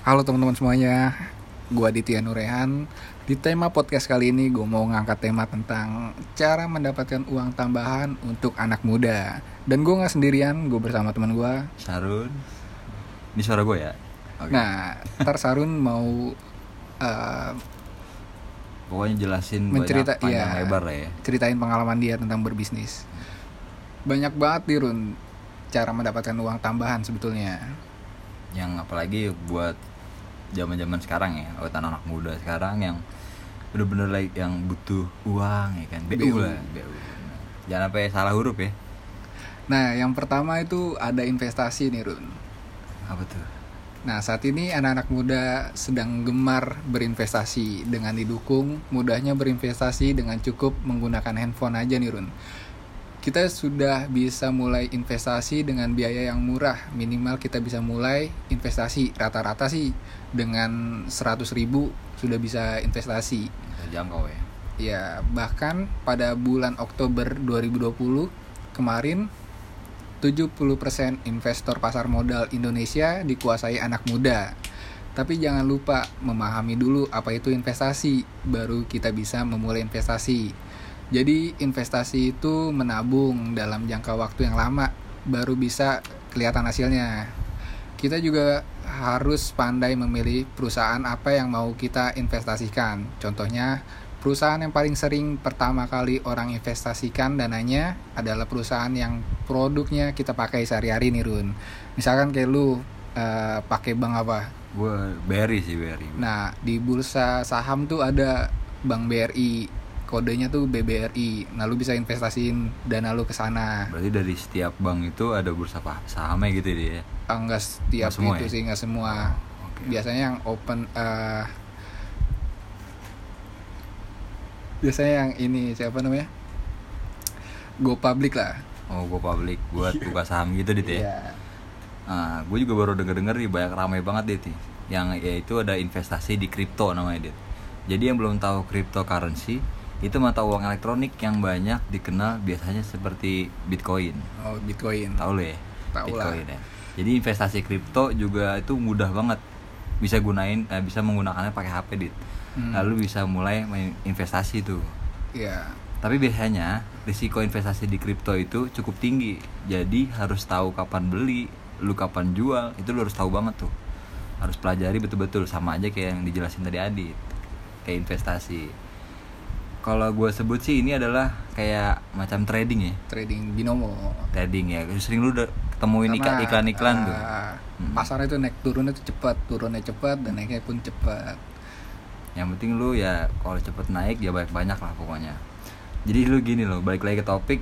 Halo teman-teman semuanya, gue Aditya Nurehan. Di tema podcast kali ini gue mau ngangkat tema tentang cara mendapatkan uang tambahan untuk anak muda. Dan gue gak sendirian, gue bersama teman gue Sarun. Ini suara gue ya? Okay. Nah, ntar Sarun mau pokoknya jelasin mencerita, panjang lebar lah ya. Ceritain pengalaman dia tentang berbisnis. Banyak banget nih Run cara mendapatkan uang tambahan sebetulnya. Yang apalagi buat zaman-zaman sekarang ya, buat anak muda sekarang yang bener-bener yang butuh uang ya kan, BU lah, BU. Jangan sampai salah huruf ya. Nah, yang pertama itu ada investasi nih Run. Apa tuh? Nah, saat ini anak-anak muda sedang gemar berinvestasi. Dengan didukung mudahnya berinvestasi dengan cukup menggunakan handphone aja nih Run. Kita sudah bisa mulai investasi dengan biaya yang murah. Minimal kita bisa mulai investasi. Rata-rata sih dengan 100.000 sudah bisa investasi. Terjangkau ya. Ya, bahkan pada bulan Oktober 2020 kemarin 70% investor pasar modal Indonesia dikuasai anak muda. Tapi jangan lupa memahami dulu apa itu investasi, baru kita bisa memulai investasi. Jadi investasi itu menabung dalam jangka waktu yang lama, baru bisa kelihatan hasilnya. Kita juga harus pandai memilih perusahaan apa yang mau kita investasikan. Contohnya, perusahaan yang paling sering pertama kali orang investasikan dananya adalah perusahaan yang produknya kita pakai sehari-hari nih Run. Misalkan kayak lu pakai bank apa? Gue BRI sih, BRI. Nah, di bursa saham tuh ada Bank BRI. Kodenya tuh BBRI. Nah, lu bisa investasiin dana lu ke sana. Berarti dari setiap bank itu ada bursa sahamnya gitu dia. Enggak setiap semua itu ya? sih, enggak semua. Okay. Biasanya yang open biasanya yang ini siapa namanya? Go Public lah. Oh, Go Public buat buka saham gitu dit ya. Yeah. Nah, gue juga baru denger nih banyak ramai banget dit. Yang yaitu ada investasi di kripto namanya dit. Jadi yang belum tahu cryptocurrency itu mata uang elektronik yang banyak dikenal biasanya seperti Bitcoin. Oh, Bitcoin. Tahu lo ya? Tahu Bitcoin lah. Ya. Jadi investasi kripto juga itu mudah banget. Bisa bisa menggunakannya pakai HP dit. Lalu bisa mulai main investasi tuh. Iya. Tapi biasanya risiko investasi di kripto itu cukup tinggi. Jadi harus tahu kapan beli, lu kapan jual, itu lu harus tahu banget tuh. Harus pelajari betul-betul, sama aja kayak yang dijelasin tadi Adit. Kayak investasi. Kalau gue sebut sih ini adalah kayak macam trading ya. Trading binomo. Trading ya. Sering lu udah ketemuin iklan-iklan tuh. Pasar itu naik turunnya tuh cepat, turunnya cepat dan naiknya pun cepat. Yang penting lu ya kalau cepet naik ya banyak lah pokoknya. Jadi lu gini loh, balik lagi ke topik.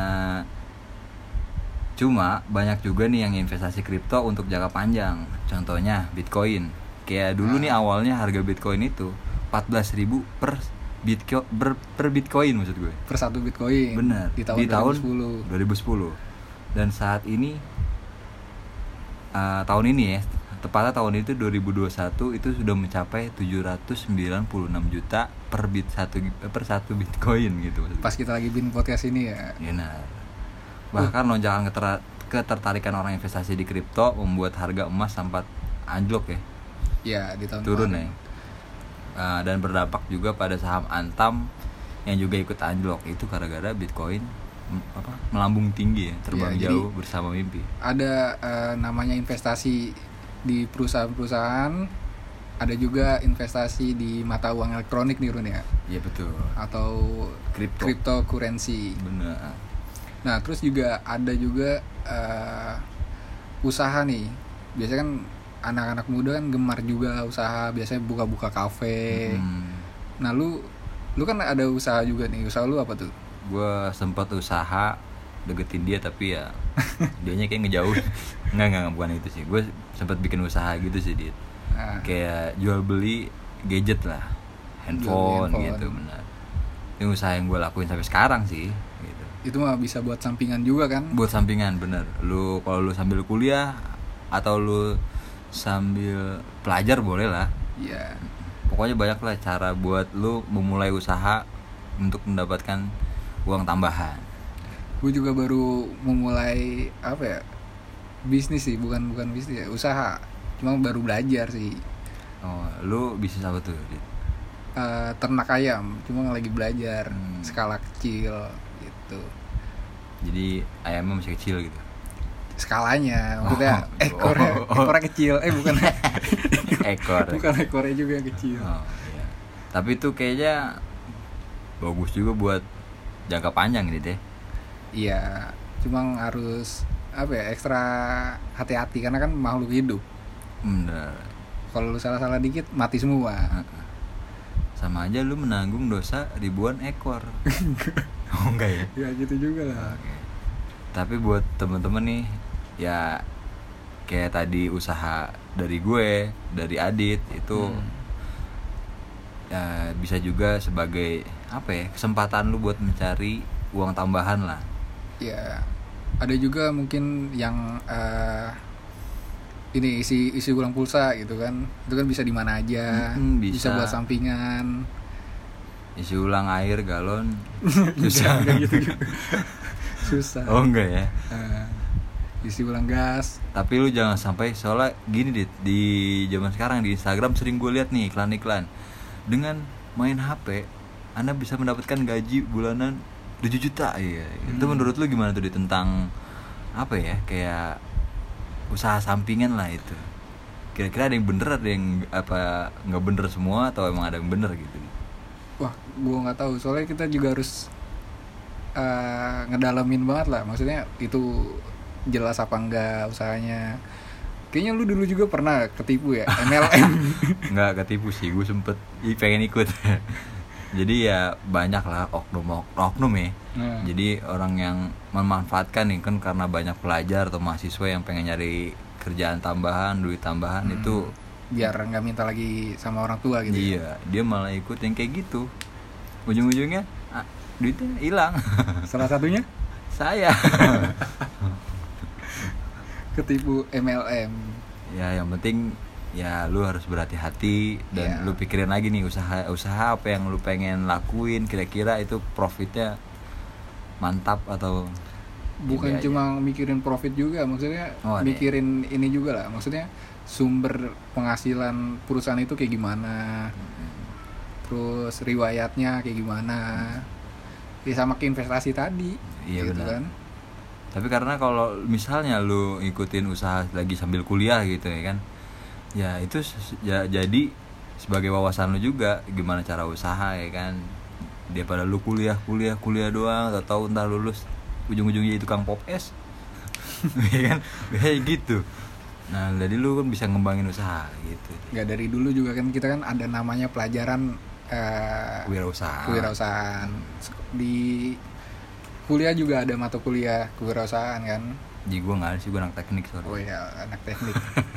Cuma banyak juga nih yang investasi kripto untuk jangka panjang. Contohnya Bitcoin. Kayak dulu nih awalnya harga Bitcoin itu 14.000 per Bitcoin maksud gue. Per satu Bitcoin. Bener. Di tahun 2010. Dan saat ini tahun ini ya, tepatnya tahun itu 2021 itu sudah mencapai 796 juta per satu Bitcoin gitu. Pas kita lagi bikin podcast ini ya. Benar. Bahkan lonjakan ketertarikan orang investasi di kripto membuat harga emas sempat anjlok ya. Ya, di tahun turun kemarin. Ya. Dan berdampak juga pada saham Antam yang juga ikut anjlok. Itu gara-gara Bitcoin melambung tinggi ya, terbang jauh bersama mimpi. Ada namanya investasi di perusahaan-perusahaan, ada juga investasi di mata uang elektronik nih Run ya. Iya betul. Atau cryptocurrency. Benar. Nah, terus juga ada juga usaha nih. Biasanya kan anak-anak muda kan gemar juga usaha, biasanya buka-buka kafe. Nah, lu kan ada usaha juga nih. Usaha lu apa tuh? Gue sempat usaha deketin dia tapi ya dianya kayak ngejauh. Enggak bukan itu sih. Gue sempat bikin usaha gitu sih dia. Kayak jual beli gadget lah, handphone. Gitu benar. Itu usaha yang gue lakuin sampai sekarang sih. Gitu. Itu mah bisa buat sampingan juga kan? Buat sampingan bener. Lu kalau lu sambil kuliah atau lu sambil pelajar boleh lah. Iya. Pokoknya banyak lah cara buat lu memulai usaha untuk mendapatkan uang tambahan. Gue juga baru memulai bisnis sih, bukan bisnis ya, usaha. Cuma baru belajar sih. Oh, lu bisnis apa tuh, Dit? Ternak ayam, cuma lagi belajar skala kecil gitu. Jadi ayamnya masih kecil gitu. Skalanya, maksudnya ekornya kecil, bukan Ekor. bukan ekornya juga yang kecil. Oh, iya. Tapi itu kayaknya bagus juga buat jangka panjang gitu ya. Iya, cuma harus ekstra hati-hati karena kan makhluk hidup. Bener. Kalau lu salah-salah dikit mati semua. Sama aja lu menanggung dosa ribuan ekor. Oh enggak ya? Ya gitu juga lah. Oke. Tapi buat temen-temen nih, ya kayak tadi usaha dari gue, dari Adit itu ya bisa juga sebagai kesempatan lu buat mencari uang tambahan lah. Ya, ada juga mungkin yang ini isi ulang pulsa gitu kan. Itu kan bisa di mana aja. Bisa buat sampingan. Isi ulang air galon. Susah kayak gitu juga. Susah. Oh enggak ya. Isi ulang gas. Tapi lu jangan sampai, soalnya gini di zaman sekarang di Instagram sering gue lihat nih iklan-iklan. Dengan main HP Anda bisa mendapatkan gaji bulanan 7 juta. Iya. Itu menurut lu gimana tuh tentang kayak usaha sampingan lah itu? Kira-kira ada yang bener, ada yang nggak bener semua, atau emang ada yang bener gitu? Wah, gue nggak tahu. Soalnya kita juga harus ngedalamin banget lah. Maksudnya itu jelas apa enggak usahanya. Kayaknya lu dulu juga pernah ketipu ya MLM. Nggak ketipu sih, gue sempet pengen ikut. Jadi ya banyak lah oknum ya. Jadi orang yang memanfaatkan nih kan, karena banyak pelajar atau mahasiswa yang pengen nyari kerjaan tambahan, duit tambahan itu biar nggak minta lagi sama orang tua gitu. Iya, dia malah ikut yang kayak gitu. Ujung-ujungnya duitnya hilang. Salah satunya saya. ketipu MLM. Ya yang penting ya lu harus berhati-hati dan lu pikirin lagi nih usaha apa yang lu pengen lakuin, kira-kira itu profitnya mantap atau bukan cuma mikirin profit juga, maksudnya mikirin ini juga lah, maksudnya sumber penghasilan perusahaan itu kayak gimana, terus riwayatnya kayak gimana, ya sama ke investasi tadi. Iya gitu benar. Kan. Tapi karena kalau misalnya lu ngikutin usaha lagi sambil kuliah gitu ya kan, ya itu jadi sebagai wawasan lu juga gimana cara usaha ya kan, daripada lu kuliah doang, atau ntar lulus ujung-ujungnya jadi tukang pop es. Ya kan kayak gitu. Nah jadi lu kan bisa ngembangin usaha gitu. Nggak dari dulu juga kan kita kan ada namanya pelajaran kewirausahaan. Di kuliah juga ada mata kuliah kewirausahaan kan. Jadi gue nggak ada sih, gue anak teknik soalnya. Oh iya, anak teknik.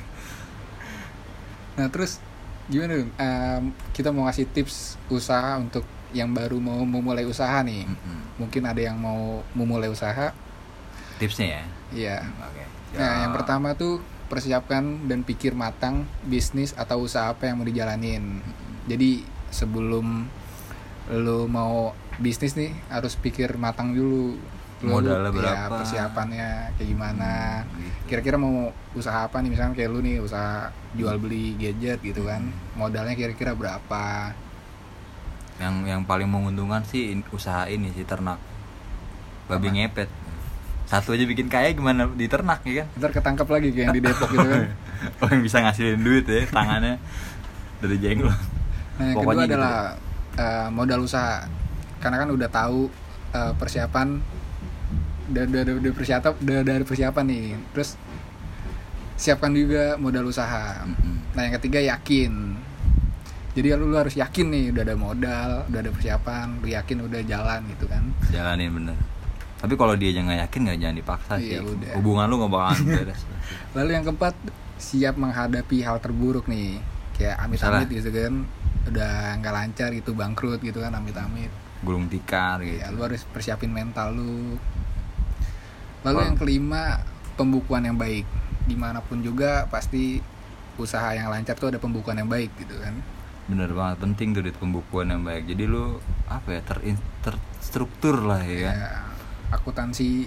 Nah terus gimana kita mau ngasih tips usaha untuk yang baru mau memulai usaha nih. Mungkin ada yang mau memulai usaha. Tipsnya ya? Iya. Okay. Nah yang pertama tuh persiapkan dan pikir matang bisnis atau usaha apa yang mau dijalanin. Jadi sebelum lo mau bisnis nih harus pikir matang dulu. Modalnya berapa? Ya, persiapannya kayak gimana. Kira-kira mau usaha apa nih, misalnya kayak lu nih usaha jual beli gadget gitu kan. Modalnya kira-kira berapa? Yang paling menguntungkan sih usaha ini sih, ternak babi ngepet. Satu aja bikin kaya gimana di ternak ya kan. Ntar ketangkap lagi kayak yang di Depok gitu kan. Oh yang bisa ngasilin duit ya tangannya dari jenglot. Nah yang kedua adalah modal usaha. Karena kan udah tahu persiapan, udah dari persiapan nih. Terus siapkan juga modal usaha. Nah yang ketiga yakin. Jadi lu harus yakin nih, udah ada modal, udah ada persiapan, lu yakin udah jalan gitu kan. Jalanin bener. Tapi kalau dia jangan yakin, jangan dipaksa sih. Udah. Hubungan lu gak bakalan beres. Lalu yang keempat, siap menghadapi hal terburuk nih. Kayak amit-amit gitu kan, udah nggak lancar gitu, bangkrut gitu kan, amit-amit. Gulung tikar gitu. Ya, lu harus persiapin mental lu. Lalu yang kelima, pembukuan yang baik. Dimanapun juga pasti usaha yang lancar tuh ada pembukuan yang baik gitu kan. Bener banget, penting tuh di pembukuan yang baik. Jadi lu terstruktur lah ya kan. Akuntansi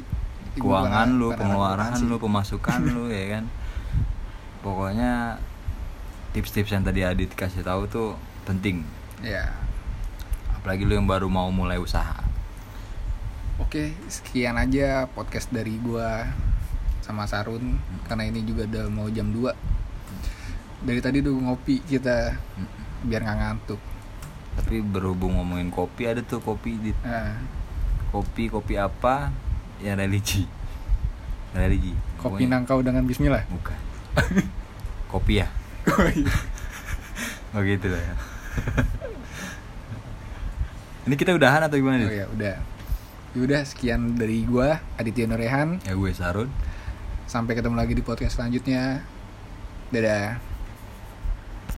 keuangan lu, pengeluaran lu, pemasukan lu ya kan. Pokoknya tips-tips yang tadi Adit kasih tahu tuh penting. Ya. Apalagi lu yang baru mau mulai usaha. Oke, sekian aja podcast dari gua sama Sarun karena ini juga udah mau jam 2. Dari tadi udah ngopi kita biar nggak ngantuk. Tapi berhubung ngomongin kopi, ada tuh kopi di kopi apa yang religi. Kopi Pokoknya, nangkau dengan bismillah. bukan. Kopi ya. Oh gitu lah ya. Ini kita udahan atau gimana Oh nih? ya udah. Yaudah sekian dari gua Aditya Nurehan. Ya gue Sarun. Sampai ketemu lagi di podcast selanjutnya. Dadah.